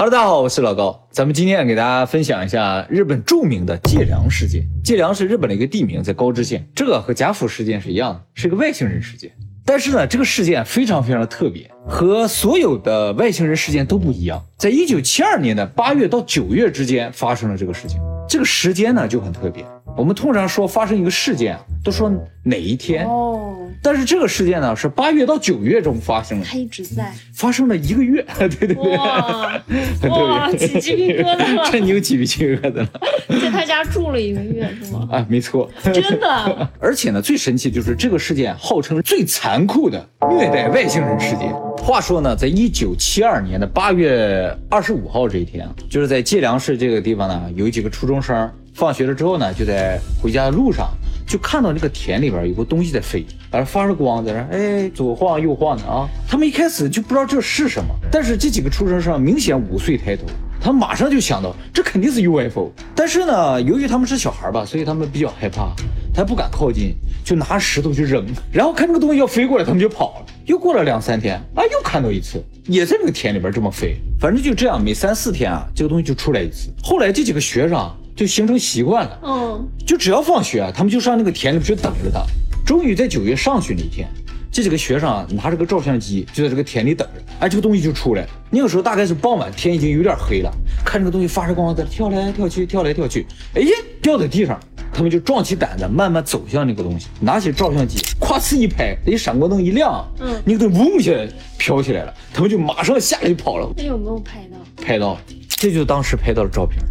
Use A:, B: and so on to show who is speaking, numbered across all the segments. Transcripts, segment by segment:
A: Hello， 大家好，我是老高。咱们今天给大家分享一下日本著名的借粮事件。借粮是日本的一个地名，在高知县。这个和甲府事件是一样的，是一个外星人事件。但是呢，这个事件非常非常的特别，和所有的外星人事件都不一样。在1972年的8月到9月之间发生了这个事情。这个时间呢就很特别。我们通常说发生一个事件都说哪一天但是这个事件呢是8月到9月中发生的，
B: 它一直在
A: 发生了1个月，对对对，
B: 哇，起鸡皮疙瘩了，
A: 这你有起鸡皮疙瘩了？
B: 在他家住了1个月是吗？
A: 啊，没错，
B: 真的。
A: 而且呢，最神奇就是这个事件号称最残酷的虐待外星人事件。话说呢，在1972年的8月25号这一天啊，就是在借粮市这个地方呢，有几个初中生放学了之后呢，就在回家的路上就看到那个田里边有个东西在飞，发着光在那左晃右晃的啊。他们一开始就不知道这是什么，但是这几个初中生明显5岁抬头，他们马上就想到这肯定是 UFO。但是呢，由于他们是小孩吧，所以他们比较害怕，他不敢靠近，就拿石头去扔，然后看这个东西要飞过来，他们就跑了。又过了2-3天啊，又看到一次，也在这个田里边这么飞。反正就这样，每3-4天啊，这个东西就出来一次。后来这几个学生就形成习惯了，就只要放学他们就上那个田里去等着他。终于在9月上旬那一天，这几个学生拿着个照相机就在这个田里等着，这个东西就出来了。那个时候大概是傍晚，天已经有点黑了，看这个东西发着光在跳来跳去，跳来跳去，掉在地上。他们就壮起胆子，慢慢走向那个东西，拿起照相机，咵呲一拍，那闪光灯一亮，那个东西嗡一下飘起来了，他们就马上下来就跑了。
B: 那有没有拍到？
A: 拍到，这就是当时拍到的照片。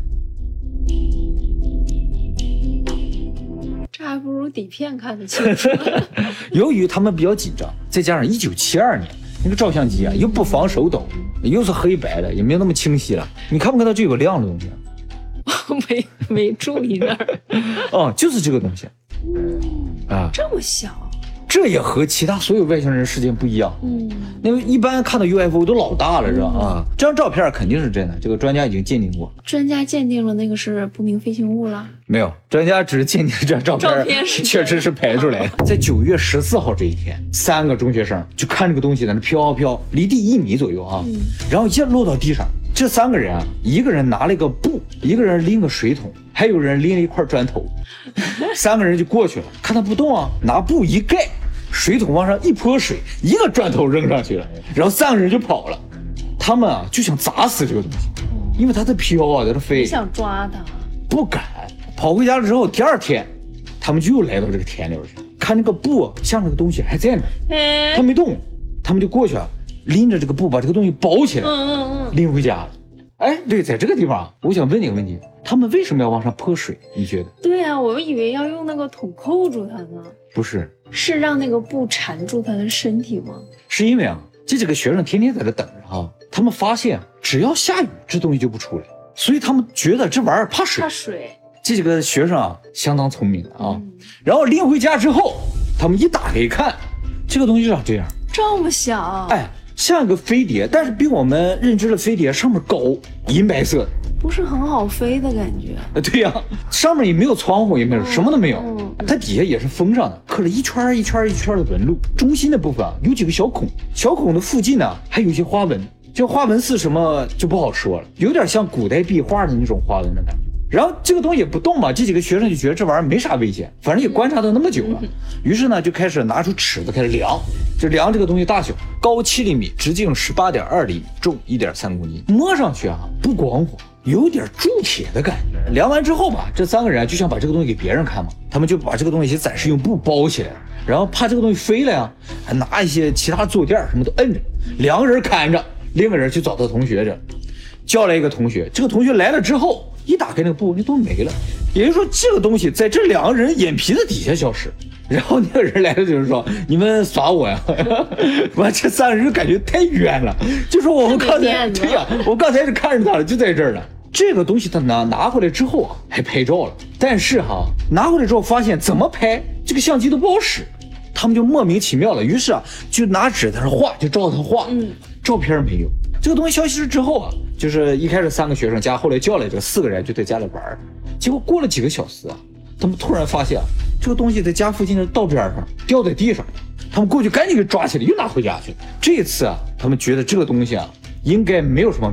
B: 这还不如底片看得清楚。
A: 由于他们比较紧张，再加上1972年那个照相机又不防手抖，又是黑白的，也没有那么清晰了。你看不看到这有个亮的东西？
B: 我没注意那儿。
A: 就是这个东西
B: 这么小，
A: 这也和其他所有外星人事件不一样。因为一般看到 UFO 都老大了，是吧？这张照片肯定是真的，这个专家已经鉴定过。
B: 专家鉴定了那个是不明飞行物了？
A: 没有，专家只是鉴定这张照片确实是拍出来的。在9月14号这一天，3个中学生就看这个东西在那飘飘，离地1米左右然后一落到地上。这3个人一个人拿了一个布，一个人拎个水桶，还有人拎了一块砖头。3个人就过去了，看他不动拿布一盖，水桶往上一泼水，一个砖头扔上去了，然后3个人就跑了。他们就想砸死这个东西，因为他在飘在这飞。
B: 你想抓他？
A: 不敢。跑回家了之后，第2天他们就又来到这个田里边去，看那个布像这个东西还在那他没动，他们就过去拎着这个布把这个东西包起来，拎回家了。对，在这个地方我想问你个问题，他们为什么要往上泼水？你觉得？
B: 对啊，我以为要用那个桶扣住它呢。
A: 不是，
B: 是让那个布缠住他的身体吗？
A: 是因为这几个学生天天在这等着他们发现只要下雨这东西就不出来，所以他们觉得这玩意儿怕水。这几个学生相当聪明然后拎回家之后，他们一打开一看，这个东西长这样，
B: 这么小，
A: 像个飞碟，但是比我们认知的飞碟上面高，银白色的，
B: 不是很好飞的感觉。
A: 对呀，上面也没有窗户，也没有什么都没有，它底下也是封上的，刻了一圈一圈一圈的纹路，中心的部分有几个小孔，小孔的附近还有一些花纹，这花纹是什么就不好说了，有点像古代壁画的那种花纹的感觉。然后这个东西也不动嘛，这几个学生就觉得这玩意儿没啥危险，反正也观察到那么久了，于是呢就开始拿出尺子开始量，就量这个东西大小，高7厘米，直径18.2厘米，重1.3公斤，摸上去不光滑，有点铸铁的感觉。量完之后吧，这3个人就想把这个东西给别人看嘛，他们就把这个东西暂时用布包起来，然后怕这个东西飞了还拿一些其他坐垫什么都摁着，2个人看着，另一个人去找他同学这，叫来一个同学，这个同学来了之后一打开那个布，那东西没了，也就是说这个东西在这2个人眼皮子底下消失。然后那个人来了就是说，你们耍我呀完这3个人就感觉太冤了，就说我们刚才对呀，我刚才是看着他了，就在这儿了。这个东西他拿回来之后还拍照了，但是拿回来之后发现怎么拍这个相机都不好使，他们就莫名其妙了，于是就拿纸在那画，就照他画，照片没有。这个东西消失之后就是一开始3个学生加后来叫来这4个人就在家里玩，结果过了几个小时他们突然发现这个东西在家附近的道边上掉在地上，他们过去赶紧给抓起来，又拿回家去了。这次他们觉得这个东西应该没有什么危险，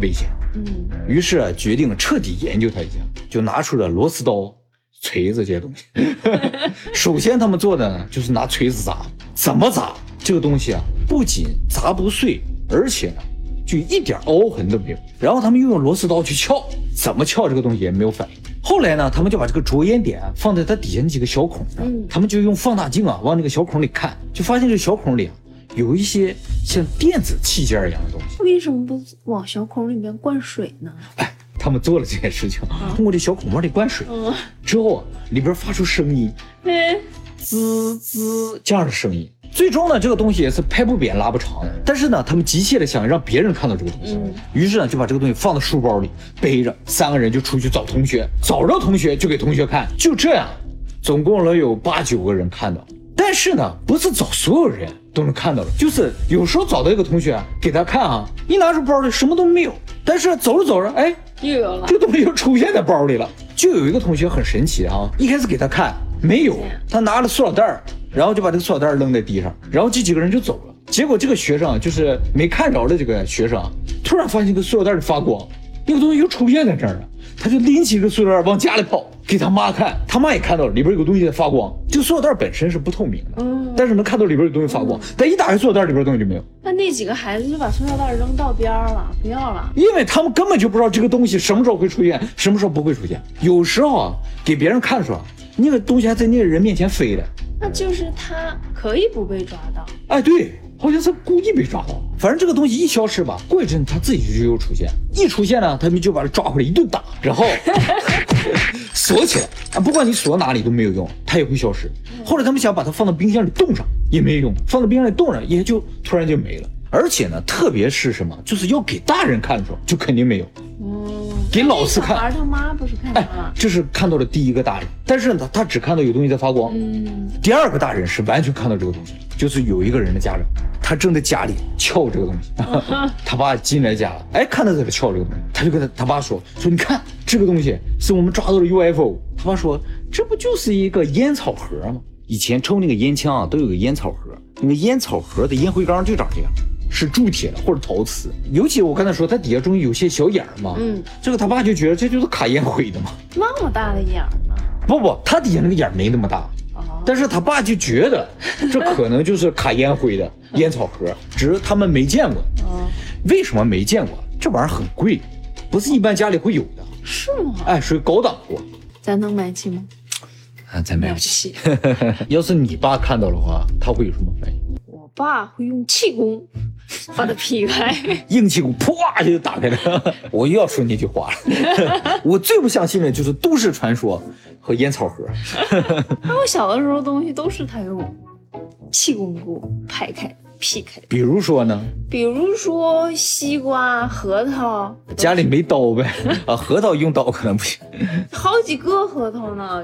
A: 于是决定彻底研究它一下，就拿出了螺丝刀、锤子这些东西。首先他们做的呢，就是拿锤子砸，怎么砸这个东西啊，不仅砸不碎，而且呢就一点凹痕都没有。然后他们又用螺丝刀去撬，怎么撬这个东西也没有反应。后来呢，他们就把这个着眼点放在它底下那几个小孔上，他们就用放大镜啊往那个小孔里看，就发现这小孔里啊有一些像电子器件一样的东西。
B: 为什么不往小孔里面灌水呢？
A: 哎，他们做了这件事情，通过这小孔往里灌水，之后啊里边发出声音，滋滋这样的声音。最终呢，这个东西也是拍不扁拉不长的，但是呢，他们急切的想让别人看到这个东西，于是呢，就把这个东西放到书包里，背着3个人就出去找同学，找着同学就给同学看，就这样，总共能有8、9个人看到。但是呢，不是找所有人都能看到的，就是有时候找到一个同学给他看啊，一拿出包里什么都没有，但是走着走着，哎，
B: 又有了，
A: 这个东西又出现在包里了。就有一个同学很神奇啊，一开始给他看没有，他拿了塑料袋，然后就把这个塑料袋扔在地上，然后这几个人就走了。结果这个学生就是没看着的这个学生，突然发现这个塑料袋里发光，那个东西又出现在这儿了，他就拎起一个塑料袋往家里跑，给他妈看，他妈也看到了里边有个东西在发光。这个塑料袋本身是不透明的，但是能看到里边有东西发光，但一打开塑料袋里边东西就没有。
B: 那几个孩子就把塑料袋扔到边了，不要了，
A: 因为他们根本就不知道这个东西什么时候会出现，什么时候不会出现。有时候啊，给别人看的时候，那个东西还在那个人面前飞的，
B: 那就是他可以不被抓到。
A: 哎，对，好像是故意被抓到。反正这个东西一消失吧，过一阵它自己就又出现，一出现呢，他们就把它抓回来一顿打，然后锁起来啊，不管你锁哪里都没有用，它也会消失。后来他们想把它放到冰箱里冻上也没用，放到冰箱里冻上也就突然就没了。而且呢，特别是什么，就是要给大人看的时候就肯定没有。给老师看，
B: 儿他妈不是看到了，
A: 这是看到了第一个大人，但是呢，他只看到有东西在发光。第二个大人是完全看到这个东西，就是有一个人的家长，他正在家里撬这个东西，他爸进来家了，哎，看他在这撬这个东西，他就跟他爸说，你看这个东西是我们抓到的 UFO。他爸说，这不就是一个烟草盒吗？以前抽那个烟枪啊，都有个烟草盒，那个烟草盒的烟灰缸就长这样。是铸铁的或者陶瓷，尤其我刚才说它底下终于有些小眼儿嘛，这个他爸就觉得这就是卡烟灰的嘛，
B: 那么大的眼儿呢？
A: 不，他底下那个眼儿没那么大，但是他爸就觉得这可能就是卡烟灰的烟草盒，只是他们没见过。为什么没见过？这玩意儿很贵，不是一般家里会有的。
B: 是吗？
A: 哎，属于高档货。
B: 咱能买起吗？
A: 咱买不起。要是你爸看到的话，他会有什么反应？
B: 我爸会用气功把它劈开，
A: 硬气功啪就打开了。我又要说那句话了，我最不相信的就是都市传说和烟草盒。
B: 我小的时候东西都是他用气功给我拍开劈开。
A: 比如说呢？
B: 比如说西瓜、核桃，
A: 家里没刀呗？啊，核桃用刀可能不行。
B: 好几个核桃呢，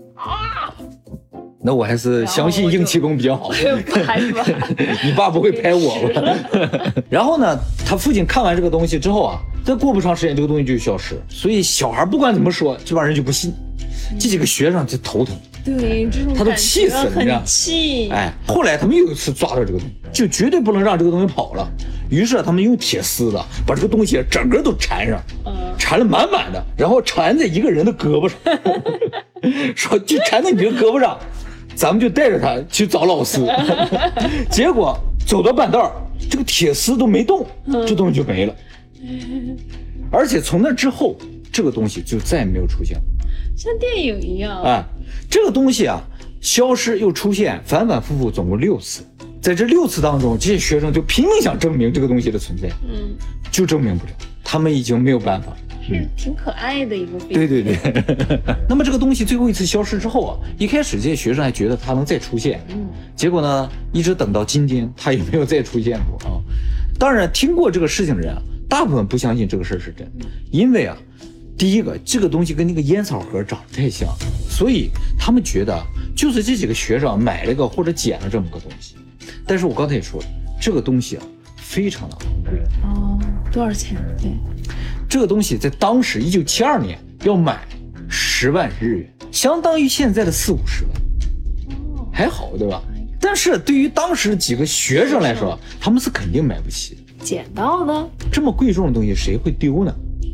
A: 那我还是相信硬气功比较好。你爸不会拍我吧？然后呢，他父亲看完这个东西之后啊，再过不长时间这个东西就消失。所以小孩不管怎么说，这帮人就不信。这几个学生就头疼，
B: 对，这种
A: 他都气死了，你知道？
B: 气。
A: 哎，后来他们又一次抓到这个东西，就绝对不能让这个东西跑了。于是他们用铁丝的把这个东西整个都缠上，缠了满满的，然后缠在一个人的胳膊上，说就缠在你这个胳膊上。咱们就带着他去找老师，结果走到半道，这个铁丝都没动，这东西就没了。而且从那之后，这个东西就再也没有出现了，
B: 像电影一样。
A: 哎，这个东西啊，消失又出现，反反复复，总共6次。在这6次当中，这些学生就拼命想证明这个东西的存在，就证明不了，他们已经没有办法。
B: 挺可爱的一个病。
A: 对。那么这个东西最后一次消失之后啊，一开始这些学生还觉得它能再出现，结果呢，一直等到今天，它也没有再出现过啊。当然，听过这个事情的人啊，大部分不相信这个事是真的，因为啊，第一个，这个东西跟那个烟草盒长得太像，所以他们觉得就是这几个学生买了个或者捡了这么个东西。但是我刚才也说了，这个东西啊，非常的昂贵。
B: 多少钱？对。
A: 这个东西在当时1972年要买10万日元，相当于现在的40-50万，还好对吧？但是对于当时几个学生来说，他们是肯定买不起的。
B: 捡到的
A: 这么贵重的东西谁会丢呢？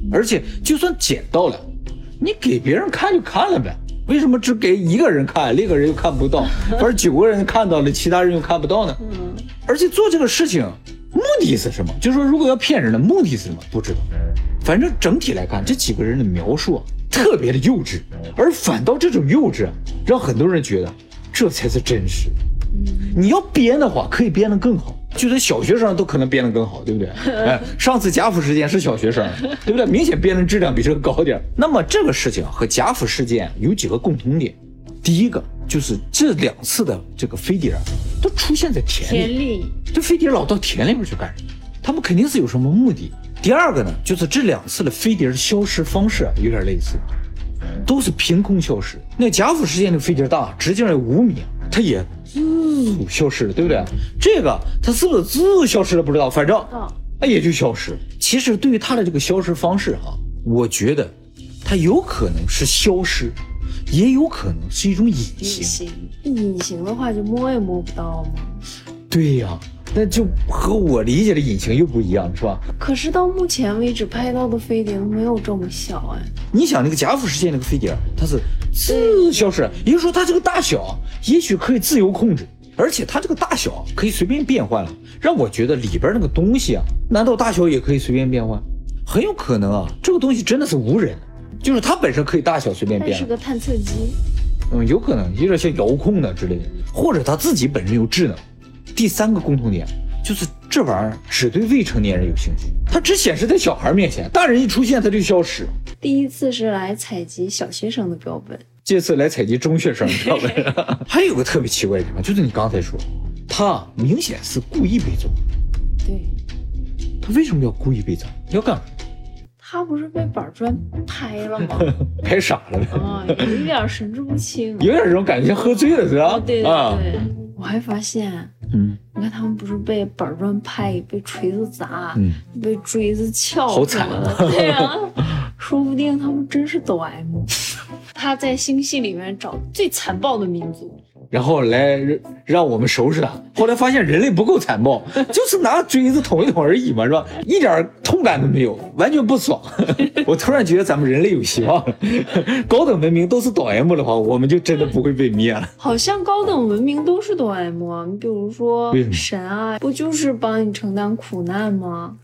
A: 而且就算捡到了，你给别人看就看了呗，为什么只给一个人看，另一个人又看不到，反正9个人看到了，其他人又看不到呢？而且做这个事情目的是什么？就是说如果要骗人的目的是什么？不知道。反正整体来看，这几个人的描述特别的幼稚，而反倒这种幼稚让很多人觉得这才是真实。你要编的话，可以编得更好，就算小学生都可能编得更好，对不对？上次贾府事件是小学生，对不对？明显编的质量比这个高点。那么这个事情和贾府事件有几个共同点，第一个就是这2次的这个飞碟都出现在田里，这飞碟老到田里面去干什么？他们肯定是有什么目的。第二个呢，就是这2次的飞碟的消失方式有点类似，都是凭空消失。那贾府事件的飞碟大，直径有5米，它也消失了，对不对？这个它是不是消失了不知道，反正也就消失。其实对于它的这个消失方式我觉得它有可能是消失，也有可能是一种隐形。
B: 隐形的话就摸也摸不到吗？
A: 对呀，那就和我理解的隐形又不一样，是吧？
B: 可是到目前为止拍到的飞碟没有这么小
A: 你想那个贾府事件那个飞碟，它是自消失，也就是说它这个大小也许可以自由控制，而且它这个大小可以随便变换了，让我觉得里边那个东西难道大小也可以随便变换？很有可能这个东西真的是无人，就是它本身可以大小随便变，
B: 它是个探测机。
A: 有可能有点像遥控的之类的，或者它自己本身有智能。第3个共同点就是这玩意儿只对未成年人有兴趣，它只显示在小孩面前，大人一出现它就消失。
B: 第一次是来采集小学生的标本，
A: 这次来采集中学生的标本。还有个特别奇怪的地方，就是你刚才说他明显是故意被揍。
B: 对，
A: 他为什么要故意被揍？要干嘛？
B: 他不是被板砖拍了吗？
A: 拍傻了呗。
B: 有一点神志不清，
A: 有点这种感觉，像喝醉了是吧？
B: 对。我还发现，你看他们不是被板砖拍，被锤子砸，被锥子撬，
A: 好惨
B: 对啊，说不定他们真是抖 M。他在星系里面找最残暴的民族，
A: 然后来让我们收拾他。后来发现人类不够残暴，就是拿锥子捅一捅而已嘛，是吧？一点痛感都没有，完全不爽。我突然觉得咱们人类有希望了。高等文明都是抖 M 的话，我们就真的不会被灭了。
B: 好像高等文明都是抖 M 啊，你比如说神不就是帮你承担苦难吗？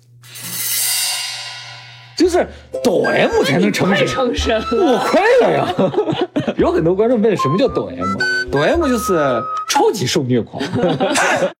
A: 就是抖 M 才能成神，我快了呀！有很多观众问什么叫抖 M，抖 M 就是超级受虐狂。